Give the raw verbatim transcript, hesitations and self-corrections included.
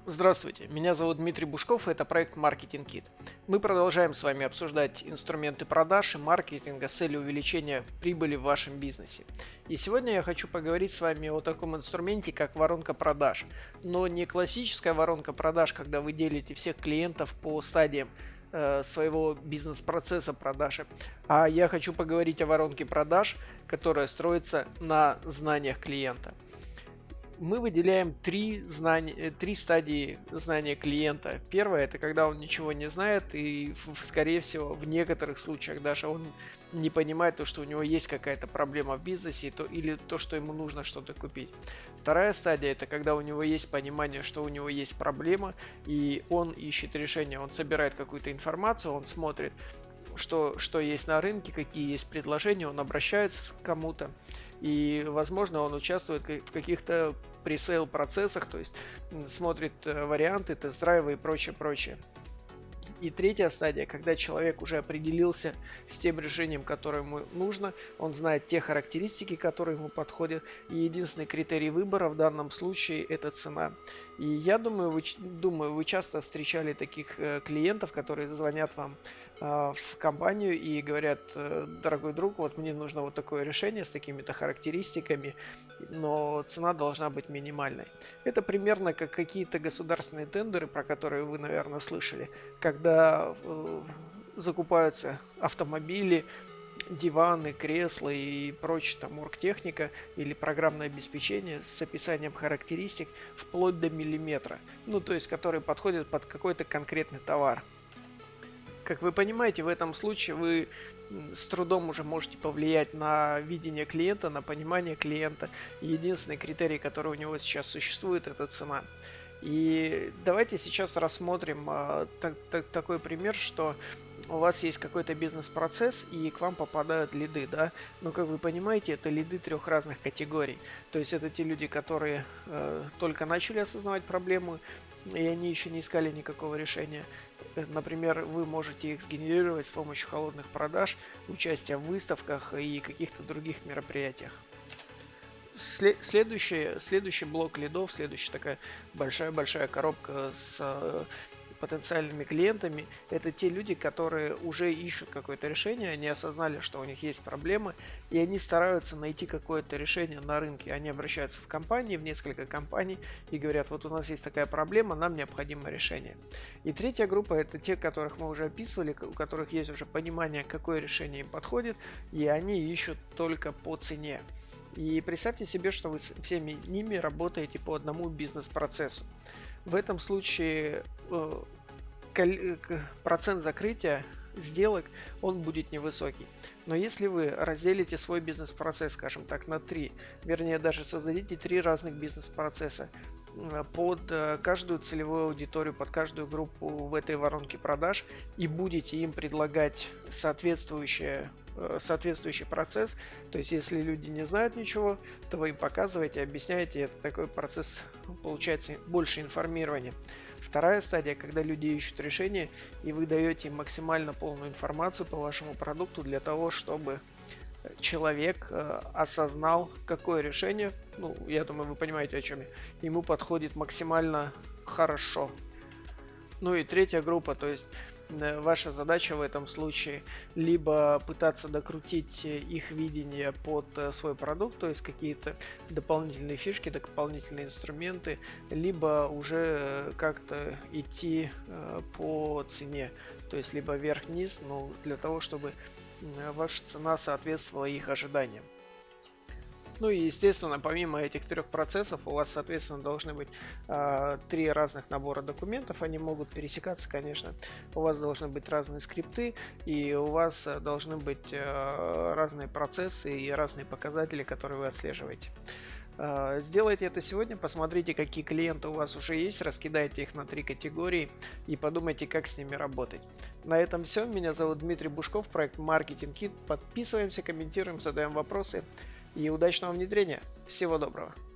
Здравствуйте, меня зовут Дмитрий Бушков, и это проект Marketing Kit. Мы продолжаем с вами обсуждать инструменты продаж и маркетинга с целью увеличения прибыли в вашем бизнесе. И сегодня я хочу поговорить с вами о таком инструменте, как воронка продаж. Но не классическая воронка продаж, когда вы делите всех клиентов по стадиям э, своего бизнес-процесса продажи, а я хочу поговорить о воронке продаж, которая строится на знаниях клиента. Мы выделяем три, знания, три стадии знания клиента. Первая – это когда он ничего не знает и, скорее всего, в некоторых случаях даже он не понимает то, что у него есть какая-то проблема в бизнесе то, или то, что ему нужно что-то купить. Вторая стадия – это когда у него есть понимание, что у него есть проблема, и он ищет решение, он собирает какую-то информацию, он смотрит, что, что есть на рынке, какие есть предложения, он обращается к кому-то. И, возможно, он участвует в каких-то пресейл процессах, то есть смотрит варианты, тест-драйвы и прочее, прочее. И третья стадия, когда человек уже определился с тем решением, которое ему нужно, он знает те характеристики, которые ему подходят, и единственный критерий выбора в данном случае – это цена. И я думаю, вы, думаю, вы часто встречали таких э, клиентов, которые звонят вам э, в компанию и говорят: дорогой друг, вот мне нужно вот такое решение с такими-то характеристиками, но цена должна быть минимальной. Это примерно как какие-то государственные тендеры, про которые вы, наверное, слышали, когда э, закупаются автомобили, диваны, кресла и прочая там оргтехника или программное обеспечение с описанием характеристик вплоть до миллиметра, ну то есть которые подходят под какой-то конкретный товар. Как вы понимаете, в этом случае вы с трудом уже можете повлиять на видение клиента, на понимание клиента. Единственный критерий, который у него сейчас существует, это цена. И давайте сейчас рассмотрим а, так, так, такой пример, что у вас есть какой-то бизнес-процесс и к вам попадают лиды, да, но как вы понимаете, это лиды трех разных категорий. То есть это те люди, которые э, только начали осознавать проблему, и они еще не искали никакого решения. Например, вы можете их сгенерировать с помощью холодных продаж, участия в выставках и каких-то других мероприятиях. Следующий, следующий блок лидов, следующая такая большая-большая коробка с э, потенциальными клиентами, это те люди, которые уже ищут какое-то решение, они осознали, что у них есть проблемы, и они стараются найти какое-то решение на рынке. Они обращаются в компании, в несколько компаний, и говорят: вот у нас есть такая проблема, нам необходимо решение. И третья группа – это те, которых мы уже описывали, у которых есть уже понимание, какое решение им подходит, и они ищут только по цене. И представьте себе, что вы с всеми ними работаете по одному бизнес-процессу. В этом случае э, процент закрытия сделок, он будет невысокий. Но если вы разделите свой бизнес-процесс, скажем так, на три, вернее даже создадите три разных бизнес-процесса под каждую целевую аудиторию, под каждую группу в этой воронке продаж, и будете им предлагать соответствующее соответствующий процесс, то есть если люди не знают ничего, то вы им показываете, объясняете, это такой процесс, получается больше информирования. Вторая стадия, когда люди ищут решение, и вы даете им максимально полную информацию по вашему продукту для того, чтобы человек э, осознал, какое решение, ну, я думаю, вы понимаете, о чем я, ему подходит максимально хорошо. Ну и третья группа, то есть ваша задача в этом случае либо пытаться докрутить их видение под свой продукт, то есть какие-то дополнительные фишки, дополнительные инструменты, либо уже как-то идти по цене, то есть либо вверх-вниз, но для того, чтобы ваша цена соответствовала их ожиданиям. Ну и, естественно, помимо этих трех процессов, у вас, соответственно, должны быть э, три разных набора документов. Они могут пересекаться, конечно. У вас должны быть разные скрипты, и у вас должны быть э, разные процессы и разные показатели, которые вы отслеживаете. Э, сделайте это сегодня, посмотрите, какие клиенты у вас уже есть, раскидайте их на три категории и подумайте, как с ними работать. На этом все. Меня зовут Дмитрий Бушков, проект Marketing Kit. Подписываемся, комментируем, задаем вопросы. И удачного внедрения. Всего доброго.